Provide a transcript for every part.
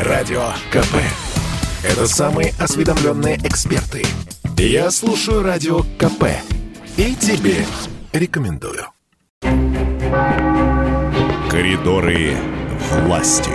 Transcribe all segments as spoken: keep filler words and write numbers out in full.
Радио КП. Это самые осведомленные эксперты. Я слушаю Радио КП и тебе рекомендую. Коридоры власти.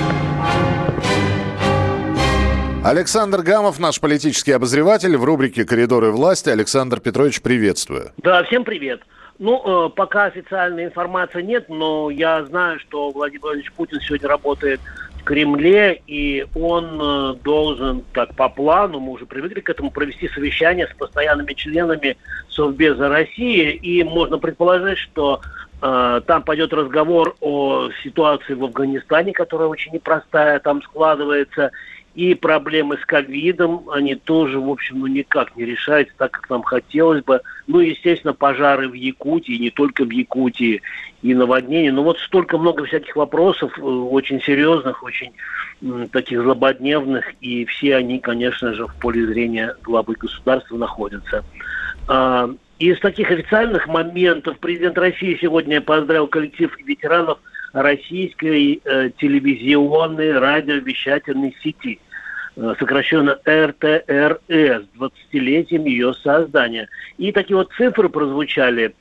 Александр Гамов, наш политический обозреватель, в рубрике «Коридоры власти». Александр Петрович, приветствую. Да, всем привет. Ну, э, пока официальной информации нет, но я знаю, что Владимир Владимирович Путин сегодня работает в Кремле, и он э, должен, так по плану, мы уже привыкли к этому, провести совещание с постоянными членами Совбеза России, и можно предположить, что э, там пойдет разговор о ситуации в Афганистане, которая очень непростая там складывается, и проблемы с ковидом, они тоже, в общем, ну, никак не решаются так, как нам хотелось бы. Ну, естественно, пожары в Якутии, не только в Якутии, и наводнения. Ну, вот столько много всяких вопросов, очень серьезных, очень м, таких злободневных, и все они, конечно же, в поле зрения главы государства находятся. А, из таких официальных моментов президент России сегодня поздравил коллектив ветеранов российской э, телевизионной радиовещательной сети, э, сокращенно эр тэ эр эс, двадцатилетием ее создания. И такие вот цифры прозвучали.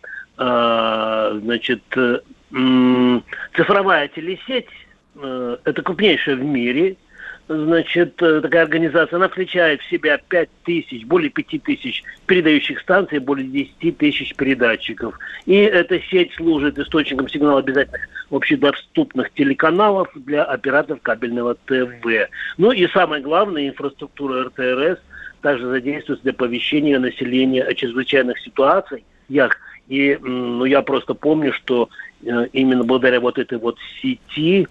Э, значит, э, э, цифровая телесеть, э, это крупнейшая в мире. Значит, такая организация, она включает в себя пять тысяч, более пяти тысяч передающих станций, более десяти тысяч передатчиков. И эта сеть служит источником сигнала обязательных общедоступных телеканалов для операторов кабельного ТВ. Ну и самое главное, инфраструктура эр тэ эр эс также задействуется для оповещения населения о чрезвычайных ситуациях. И ну, я просто помню, что э, именно благодаря вот этой вот сети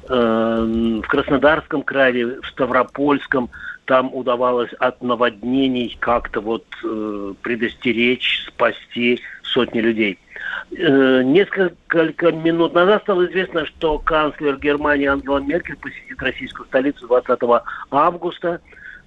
э, в Краснодарском крае, в Ставропольском, там удавалось от наводнений как-то вот э, предостеречь, спасти сотни людей. Э, несколько минут назад стало известно, что канцлер Германии Ангела Меркель посетит российскую столицу двадцатого августа.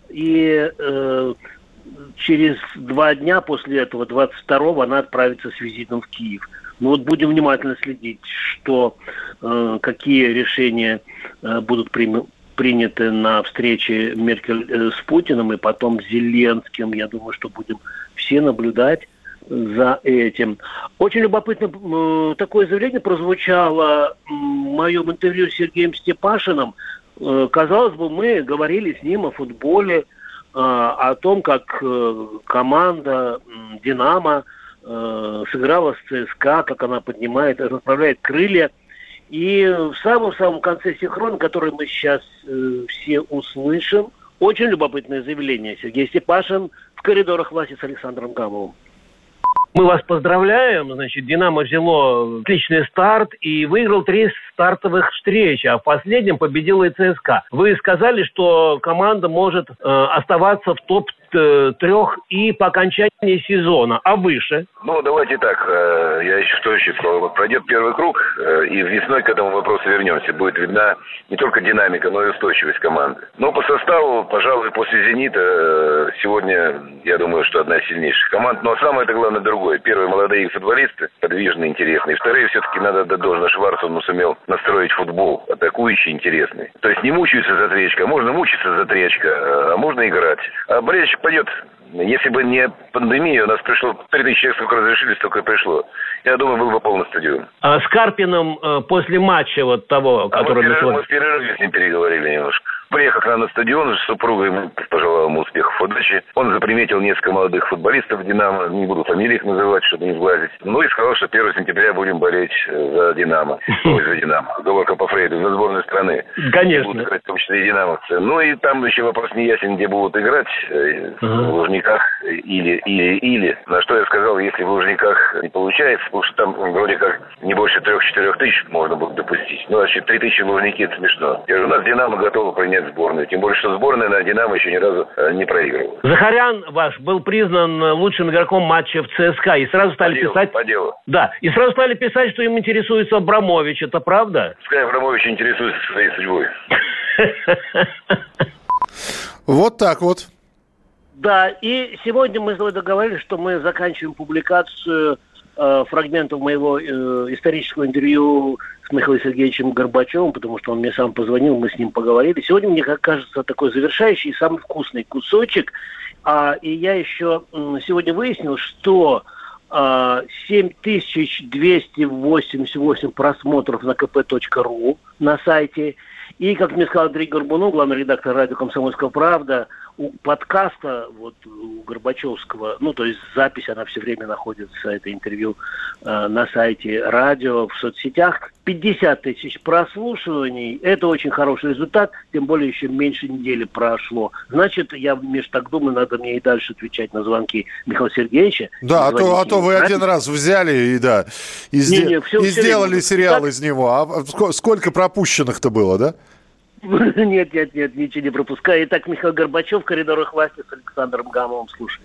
И э, через два дня после этого, двадцать второго, она отправится с визитом в Киев. Ну вот будем внимательно следить, что, э, какие решения э, будут при, приняты на встрече Меркель э, с Путиным и потом с Зеленским. Я думаю, что будем все наблюдать за этим. Очень любопытно э, такое заявление прозвучало в моем интервью с Сергеем Степашиным. Э, казалось бы, мы говорили с ним о футболе, о том, как команда «Динамо» сыграла с ЦСКА, как она поднимает, расправляет крылья. И в самом-самом конце синхрона, который мы сейчас все услышим, очень любопытное заявление. Сергей Степашин в коридорах власти с Александром Гамовым. Мы вас поздравляем. Значит, «Динамо» взяло отличный старт и выиграл три стартовых встречи, а в последнем победила и ЦСКА. Вы сказали, что команда может э, оставаться в топ трех и по окончании сезона, а выше? Ну, давайте так, э, я еще что еще сказал. Пройдет первый круг, э, и весной к этому вопросу вернемся. Будет видна не только динамика, но и устойчивость команды. Но по составу, пожалуй, после «Зенита» э, сегодня, я думаю, что одна из сильнейших команд. Но самое это главное другое. Первые молодые футболисты, подвижные, интересные. Вторые, все-таки надо отдать должное Шварцу, он сумел настроить футбол атакующий, интересный. То есть не мучаются за три очка. Можно мучиться за три очка, а можно играть. А болельщик пойдет. Если бы не пандемия, у нас пришло три тысячи человек, сколько разрешили, столько и пришло. Я думаю, был бы полный стадион. А с Карпиным э, после матча вот того, а который... Мы, перерыв, мы в перерыве с ним переговорили немножко. Приехал к нам на стадион с супругой, ему пожелал ему успехов в удаче. Он заприметил несколько молодых футболистов «Динамо», не буду фамилии их называть, чтобы не сглазить. Ну и сказал, что первого сентября будем болеть за «Динамо». Ой, за «Динамо». Оговорка по Фрейду, за сборную страны. Конечно. Будут играть в том числе и «Динамовцы». Ну и там еще вопрос не ясен, где будут играть. В Лужниках или, или, или. На что я сказал, если в Лужниках не получается, потому что там вроде как не больше трех-четырех тысяч можно будет допустить. Ну, вообще три тысячи в Лужники — это смешно. Я же, у нас «Динамо» готова принять сборную. Тем более, что сборная на «Динамо» еще ни разу не проигрывала. Захарян ваш был признан лучшим игроком матча в ЦСКА. И сразу стали по делу, писать... По делу. Да. И сразу стали писать, что им интересуется Абрамович. Это правда? Пускай Абрамович интересуется своей судьбой. Вот так вот. Да, и сегодня мы с тобой договорились, что мы заканчиваем публикацию э, фрагментов моего э, исторического интервью с Михаилом Сергеевичем Горбачевым, потому что он мне сам позвонил, мы с ним поговорили. Сегодня, мне кажется, такой завершающий и самый вкусный кусочек. А, и я еще э, сегодня выяснил, что э, семь тысяч двести восемьдесят восемь просмотров на ка пэ точка ру на сайте. И, как мне сказал Андрей Горбунов, главный редактор радио «Комсомольская правда», у подкаста вот у Горбачевского, ну, то есть запись, она все время находится, это интервью э, на сайте радио, в соцсетях. пятьдесят тысяч прослушиваний. Это очень хороший результат, тем более еще меньше недели прошло. Значит, я, Миш, так думаю, надо мне и дальше отвечать на звонки Михаила Сергеевича. Да, а то, а то вы один раз взяли и, да, и, не, не, все, и все сделали время. сериал так... из него. А сколько пропущенных-то было, да? Нет, нет, нет, ничего не пропускаю. Итак, Михаил Горбачев в коридорах власти с Александром Гамовым. Слушай.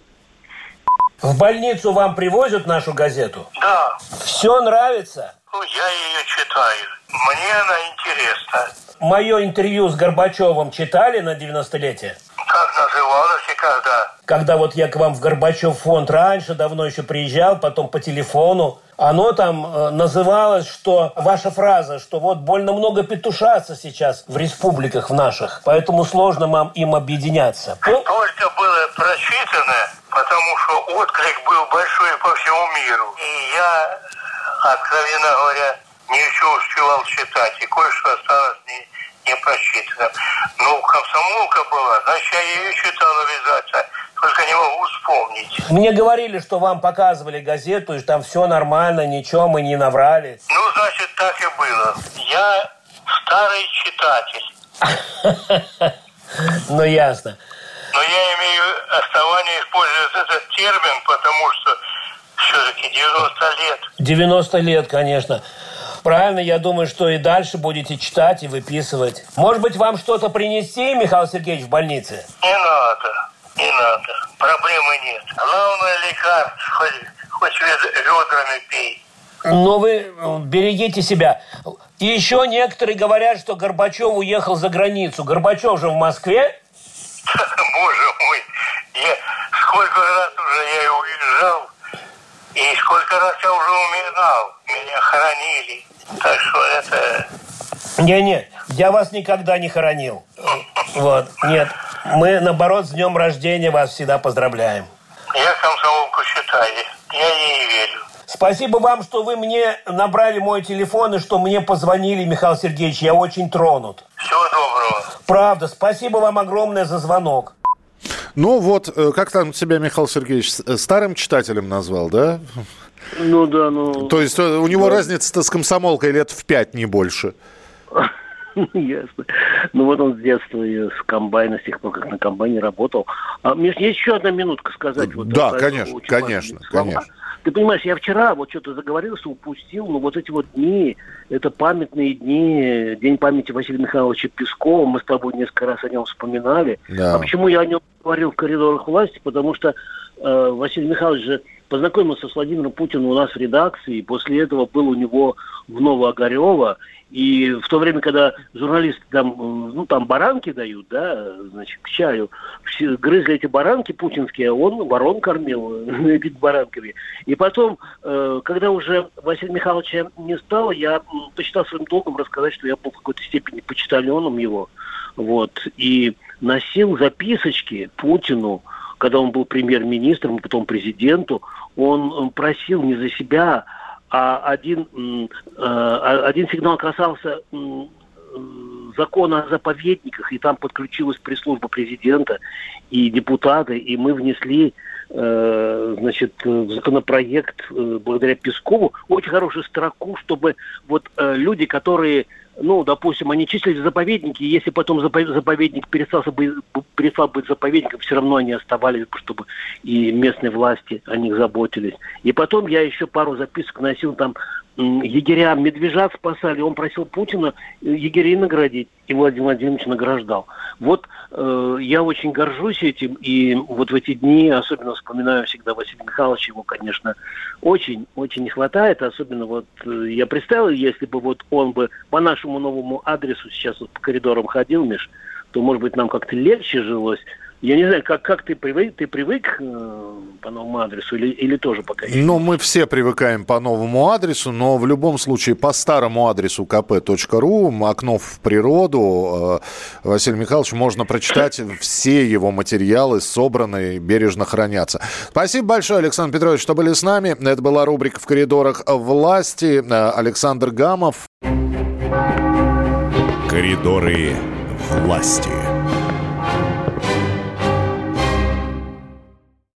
В больницу вам привозят нашу газету? Да. Все нравится? Ну, я ее читаю. Мне она интересна. Мое интервью с Горбачевым читали на девяностолетие? Как называлось и когда? Когда вот я к вам в Горбачев фонд раньше, давно еще приезжал, потом по телефону. Оно там э, называлось, что ваша фраза, что вот больно много петушатся сейчас в республиках в наших, поэтому сложно вам им объединяться. Только было прочитано, потому что отклик был большой по всему миру. И я, откровенно говоря, не все успевал читать, и кое-что осталось не, не прочитано. Но комсомолка была, значит, я ее читал обязательно. Только не могу вспомнить. Мне говорили, что вам показывали газету, и там все нормально, ничего, мы не наврали. Ну, значит, так и было. Я старый читатель. Ну, ясно. Но я имею основание использовать этот термин, потому что все-таки девяносто лет. девяносто лет, конечно. Правильно, я думаю, что и дальше будете читать и выписывать. Может быть, вам что-то принести, Михаил Сергеевич, в больнице? Не надо. Не надо. Проблемы нет. Главное лекарство. Хоть, хоть ведрами пей. Ну, вы берегите себя. И еще некоторые говорят, что Горбачев уехал за границу. Горбачев же в Москве? Боже мой. Я, сколько раз уже я уезжал. И сколько раз я уже умирал. Меня хоронили. Так что это... Не-не, я вас никогда не хоронил. Вот, нет. Мы, наоборот, с днем рождения вас всегда поздравляем. Я комсомолку читаю. Я ей верю. Спасибо вам, что вы мне набрали мой телефон и что мне позвонили, Михаил Сергеевич. Я очень тронут. Всего доброго. Правда. Спасибо вам огромное за звонок. Ну вот, как там себя Михаил Сергеевич старым читателем назвал, да? Ну да, ну... То есть у него да. разница-то с комсомолкой лет в пять, не больше. Ясно. Ну вот он с детства и с комбайна, с тех пор, как на комбайне работал. А мне есть еще одна минутка сказать. Вот, да, конечно, конечно, конечно. Ты понимаешь, я вчера вот что-то заговорился, упустил, но вот эти вот дни, это памятные дни, День памяти Василия Михайловича Пескова, мы с тобой несколько раз о нем вспоминали. Да. А почему я о нем говорил в коридорах власти? Потому что э, Василий Михайлович же познакомился с Владимиром Путиным у нас в редакции, и после этого был у него в Новоогарево. И в то время, когда журналисты там, ну, там баранки дают, да, значит, к чаю, все грызли эти баранки путинские, а он ворон кормил этими баранками. И потом, э, когда уже Василия Михайловича не стало, я посчитал своим долгом рассказать, что я был в какой-то степени почтальоном его, вот, и носил записочки Путину, когда он был премьер-министром, потом президенту, он просил не за себя, а один, один сигнал касался закона о заповедниках, и там подключилась пресс-служба президента и депутаты, и мы внесли значит, в законопроект благодаря Пескову очень хорошую строку, чтобы вот люди, которые, ну, допустим, они числились в заповеднике, если потом заповедник перестал быть, перестал быть заповедником, все равно они оставались, чтобы и местные власти о них заботились. И потом я еще пару записок носил, там егеря медвежат спасали, он просил Путина егерей наградить, и Владимир Владимирович награждал. Вот э, я очень горжусь этим, и вот в эти дни особенно вспоминаю всегда Василия Михайловича, его, конечно, очень-очень не хватает, особенно вот э, я представил, если бы вот он бы по нашему новому адресу сейчас вот по коридорам ходил, Миш, то, может быть, нам как-то легче жилось. Я не знаю, как, как ты привык, ты привык э, по новому адресу или, или тоже пока еще? Ну, мы все привыкаем по новому адресу, но в любом случае по старому адресу ка пэ точка ру, окно в природу, э, Василий Михайлович, можно прочитать все его материалы, собранные, бережно хранятся. Спасибо большое, Александр Петрович, что были с нами. Это была рубрика «В коридорах власти». Александр Гамов. Коридоры власти.